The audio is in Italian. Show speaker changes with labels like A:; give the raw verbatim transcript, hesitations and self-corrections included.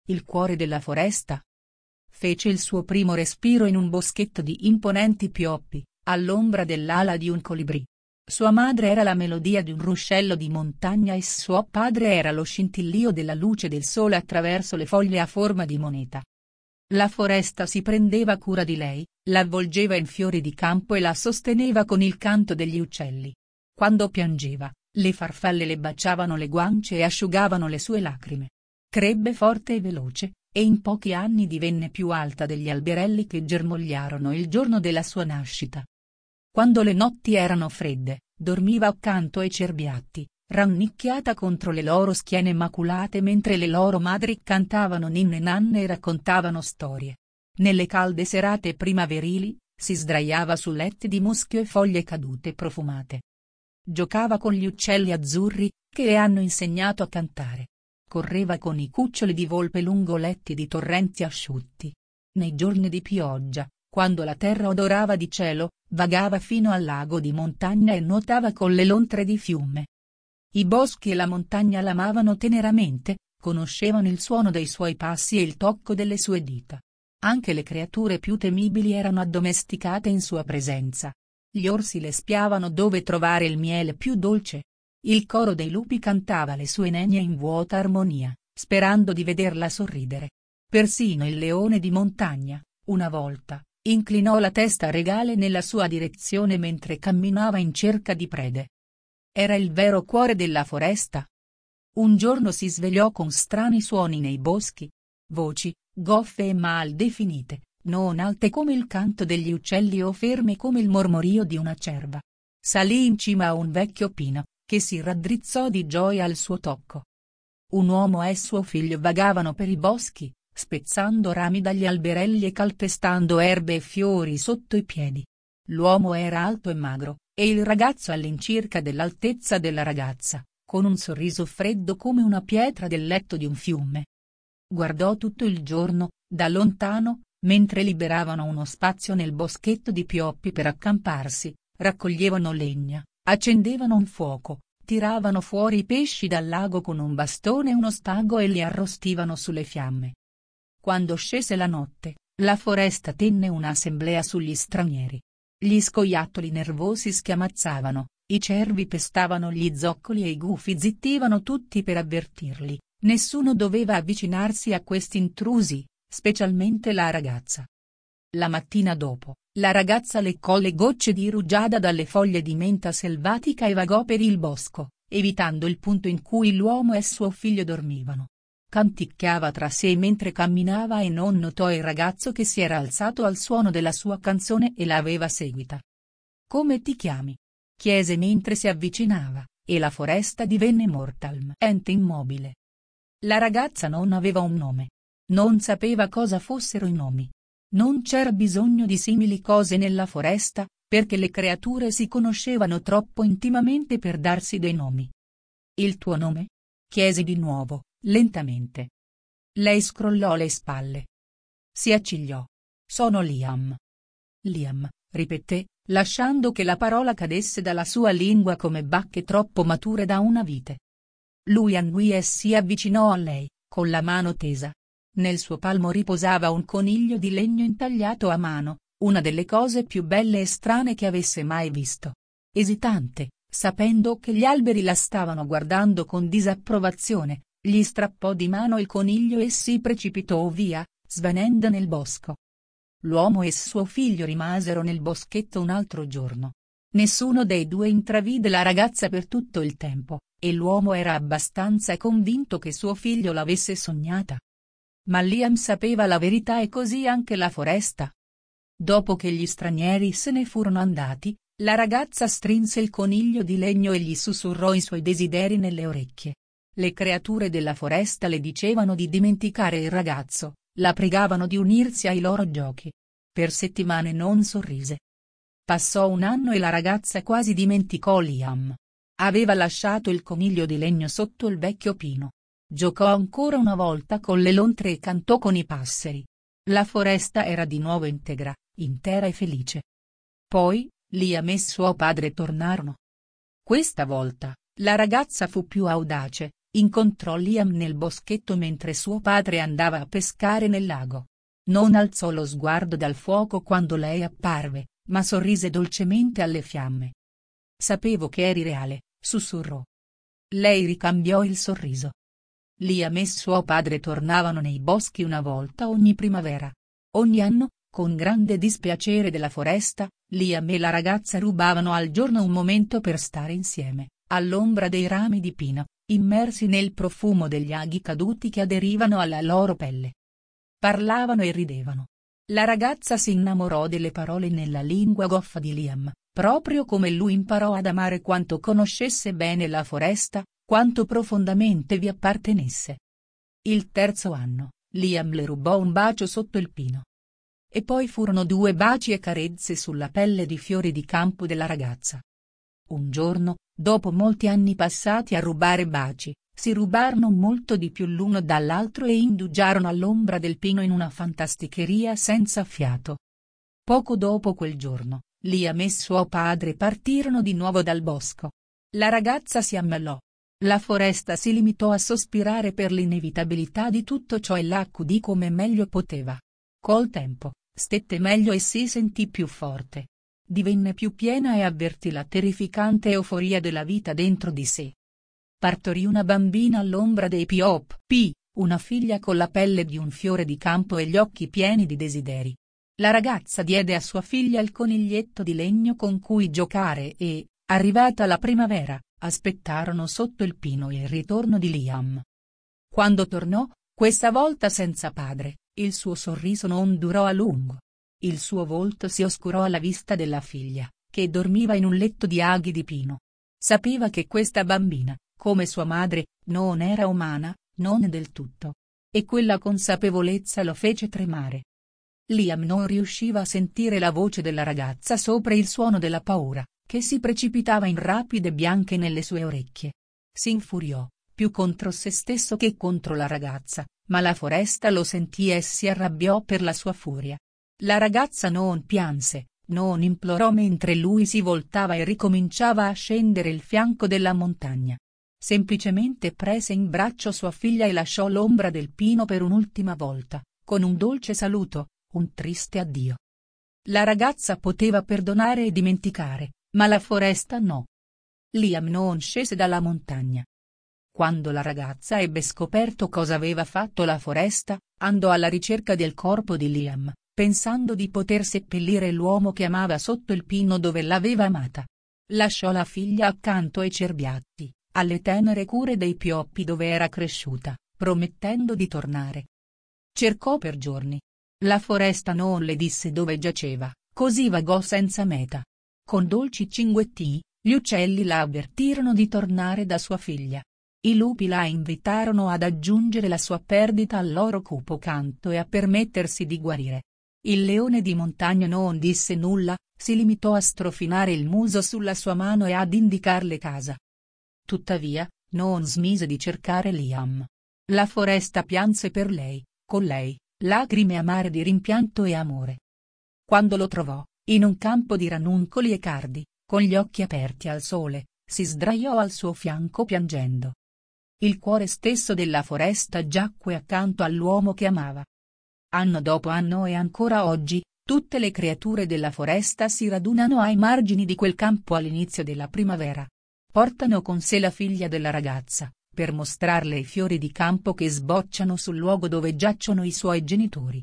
A: il cuore della foresta. Fece il suo primo respiro in un boschetto di imponenti pioppi, all'ombra dell'ala di un colibrì. Sua madre era la melodia di un ruscello di montagna e suo padre era lo scintillio della luce del sole attraverso le foglie a forma di moneta. La foresta si prendeva cura di lei, la avvolgeva in fiori di campo e la sosteneva con il canto degli uccelli. Quando piangeva, le farfalle le baciavano le guance e asciugavano le sue lacrime. Crebbe forte e veloce, e in pochi anni divenne più alta degli alberelli che germogliarono il giorno della sua nascita. Quando le notti erano fredde, dormiva accanto ai cerbiatti, rannicchiata contro le loro schiene maculate mentre le loro madri cantavano ninne nanne e raccontavano storie. Nelle calde serate primaverili, si sdraiava su letti di muschio e foglie cadute profumate. Giocava con gli uccelli azzurri, che le hanno insegnato a cantare. Correva con i cuccioli di volpe lungo letti di torrenti asciutti. Nei giorni di pioggia, quando la terra odorava di cielo, vagava fino al lago di montagna e nuotava con le lontre di fiume. I boschi e la montagna l'amavano teneramente, conoscevano il suono dei suoi passi e il tocco delle sue dita. Anche le creature più temibili erano addomesticate in sua presenza. Gli orsi le spiavano dove trovare il miele più dolce. Il coro dei lupi cantava le sue nenie in vuota armonia, sperando di vederla sorridere. Persino il leone di montagna, una volta, inclinò la testa regale nella sua direzione mentre camminava in cerca di prede. Era il vero cuore della foresta. Un giorno si svegliò con strani suoni nei boschi. Voci, goffe e mal definite, non alte come il canto degli uccelli o ferme come il mormorio di una cerva. Salì in cima a un vecchio pino, che si raddrizzò di gioia al suo tocco. Un uomo e suo figlio vagavano per i boschi, spezzando rami dagli alberelli e calpestando erbe e fiori sotto i piedi. L'uomo era alto e magro, e il ragazzo all'incirca dell'altezza della ragazza, con un sorriso freddo come una pietra del letto di un fiume. Guardò tutto il giorno, da lontano, mentre liberavano uno spazio nel boschetto di pioppi per accamparsi, raccoglievano legna, accendevano un fuoco, tiravano fuori i pesci dal lago con un bastone e uno spago e li arrostivano sulle fiamme. Quando scese la notte, la foresta tenne un'assemblea sugli stranieri. Gli scoiattoli nervosi schiamazzavano, i cervi pestavano gli zoccoli e i gufi zittivano tutti per avvertirli, nessuno doveva avvicinarsi a questi intrusi, specialmente la ragazza. La mattina dopo, la ragazza leccò le gocce di rugiada dalle foglie di menta selvatica e vagò per il bosco, evitando il punto in cui l'uomo e suo figlio dormivano. Canticchiava tra sé mentre camminava e non notò il ragazzo che si era alzato al suono della sua canzone e la aveva seguita. «Come ti chiami?» chiese mentre si avvicinava, e la foresta divenne mortalmente immobile. La ragazza non aveva un nome. Non sapeva cosa fossero i nomi. Non c'era bisogno di simili cose nella foresta, perché le creature si conoscevano troppo intimamente per darsi dei nomi. «Il tuo nome?» chiese di nuovo, lentamente. Lei scrollò le spalle. Si accigliò. «Sono Liam». «Liam», ripeté, lasciando che la parola cadesse dalla sua lingua come bacche troppo mature da una vite. Lui annui e si avvicinò a lei, con la mano tesa. Nel suo palmo riposava un coniglio di legno intagliato a mano, una delle cose più belle e strane che avesse mai visto. Esitante, sapendo che gli alberi la stavano guardando con disapprovazione, gli strappò di mano il coniglio e si precipitò via, svanendo nel bosco. L'uomo e suo figlio rimasero nel boschetto un altro giorno. Nessuno dei due intravide la ragazza per tutto il tempo, e l'uomo era abbastanza convinto che suo figlio l'avesse sognata. Ma Liam sapeva la verità e così anche la foresta. Dopo che gli stranieri se ne furono andati, la ragazza strinse il coniglio di legno e gli sussurrò i suoi desideri nelle orecchie. Le creature della foresta le dicevano di dimenticare il ragazzo, la pregavano di unirsi ai loro giochi. Per settimane non sorrise. Passò un anno e la ragazza quasi dimenticò Liam. Aveva lasciato il coniglio di legno sotto il vecchio pino. Giocò ancora una volta con le lontre e cantò con i passeri. La foresta era di nuovo integra, intera e felice. Poi, Liam e suo padre tornarono. Questa volta, la ragazza fu più audace, Incontrò Liam nel boschetto mentre suo padre andava a pescare nel lago. Non alzò lo sguardo dal fuoco quando lei apparve, ma sorrise dolcemente alle fiamme. Sapevo che eri reale, sussurrò. Lei ricambiò il sorriso. Liam e suo padre tornavano nei boschi una volta ogni primavera. Ogni anno, con grande dispiacere della foresta, Liam e la ragazza rubavano al giorno un momento per stare insieme, all'ombra dei rami di pino, immersi nel profumo degli aghi caduti che aderivano alla loro pelle. Parlavano e ridevano. La ragazza si innamorò delle parole nella lingua goffa di Liam, proprio come lui imparò ad amare quanto conoscesse bene la foresta, quanto profondamente vi appartenesse. Il terzo anno, Liam le rubò un bacio sotto il pino. E poi furono due baci e carezze sulla pelle di fiori di campo della ragazza. Un giorno, dopo molti anni passati a rubare baci, si rubarono molto di più l'uno dall'altro e indugiarono all'ombra del pino in una fantasticheria senza fiato. Poco dopo quel giorno, Liam e suo padre partirono di nuovo dal bosco. La ragazza si ammalò. La foresta si limitò a sospirare per l'inevitabilità di tutto ciò e la accudì come meglio poteva. Col tempo, stette meglio e si sentì più forte. Divenne più piena e avvertì la terrificante euforia della vita dentro di sé. Partorì una bambina all'ombra dei pioppi, una figlia con la pelle di un fiore di campo e gli occhi pieni di desideri. La ragazza diede a sua figlia il coniglietto di legno con cui giocare e, arrivata la primavera, aspettarono sotto il pino il ritorno di Liam. Quando tornò, questa volta senza padre, il suo sorriso non durò a lungo. Il suo volto si oscurò alla vista della figlia, che dormiva in un letto di aghi di pino. Sapeva che questa bambina, come sua madre, non era umana, non del tutto. E quella consapevolezza lo fece tremare. Liam non riusciva a sentire la voce della ragazza sopra il suono della paura, che si precipitava in rapide bianche nelle sue orecchie. Si infuriò, più contro se stesso che contro la ragazza, ma la foresta lo sentì e si arrabbiò per la sua furia. La ragazza non pianse, non implorò mentre lui si voltava e ricominciava a scendere il fianco della montagna. Semplicemente prese in braccio sua figlia e lasciò l'ombra del pino per un'ultima volta, con un dolce saluto, un triste addio. La ragazza poteva perdonare e dimenticare, ma la foresta no. Liam non scese dalla montagna. Quando la ragazza ebbe scoperto cosa aveva fatto la foresta, andò alla ricerca del corpo di Liam, pensando di poter seppellire l'uomo che amava sotto il pino dove l'aveva amata. Lasciò la figlia accanto ai cerbiatti, alle tenere cure dei pioppi dove era cresciuta, promettendo di tornare. Cercò per giorni. La foresta non le disse dove giaceva, così vagò senza meta. Con dolci cinguetti, gli uccelli la avvertirono di tornare da sua figlia. I lupi la invitarono ad aggiungere la sua perdita al loro cupo canto e a permettersi di guarire. Il leone di montagna non disse nulla, si limitò a strofinare il muso sulla sua mano e ad indicarle casa. Tuttavia, non smise di cercare Liam. La foresta pianse per lei, con lei, lacrime amare di rimpianto e amore. Quando lo trovò, in un campo di ranuncoli e cardi, con gli occhi aperti al sole, si sdraiò al suo fianco piangendo. Il cuore stesso della foresta giacque accanto all'uomo che amava. Anno dopo anno e ancora oggi, tutte le creature della foresta si radunano ai margini di quel campo all'inizio della primavera. Portano con sé la figlia della ragazza, per mostrarle i fiori di campo che sbocciano sul luogo dove giacciono i suoi genitori.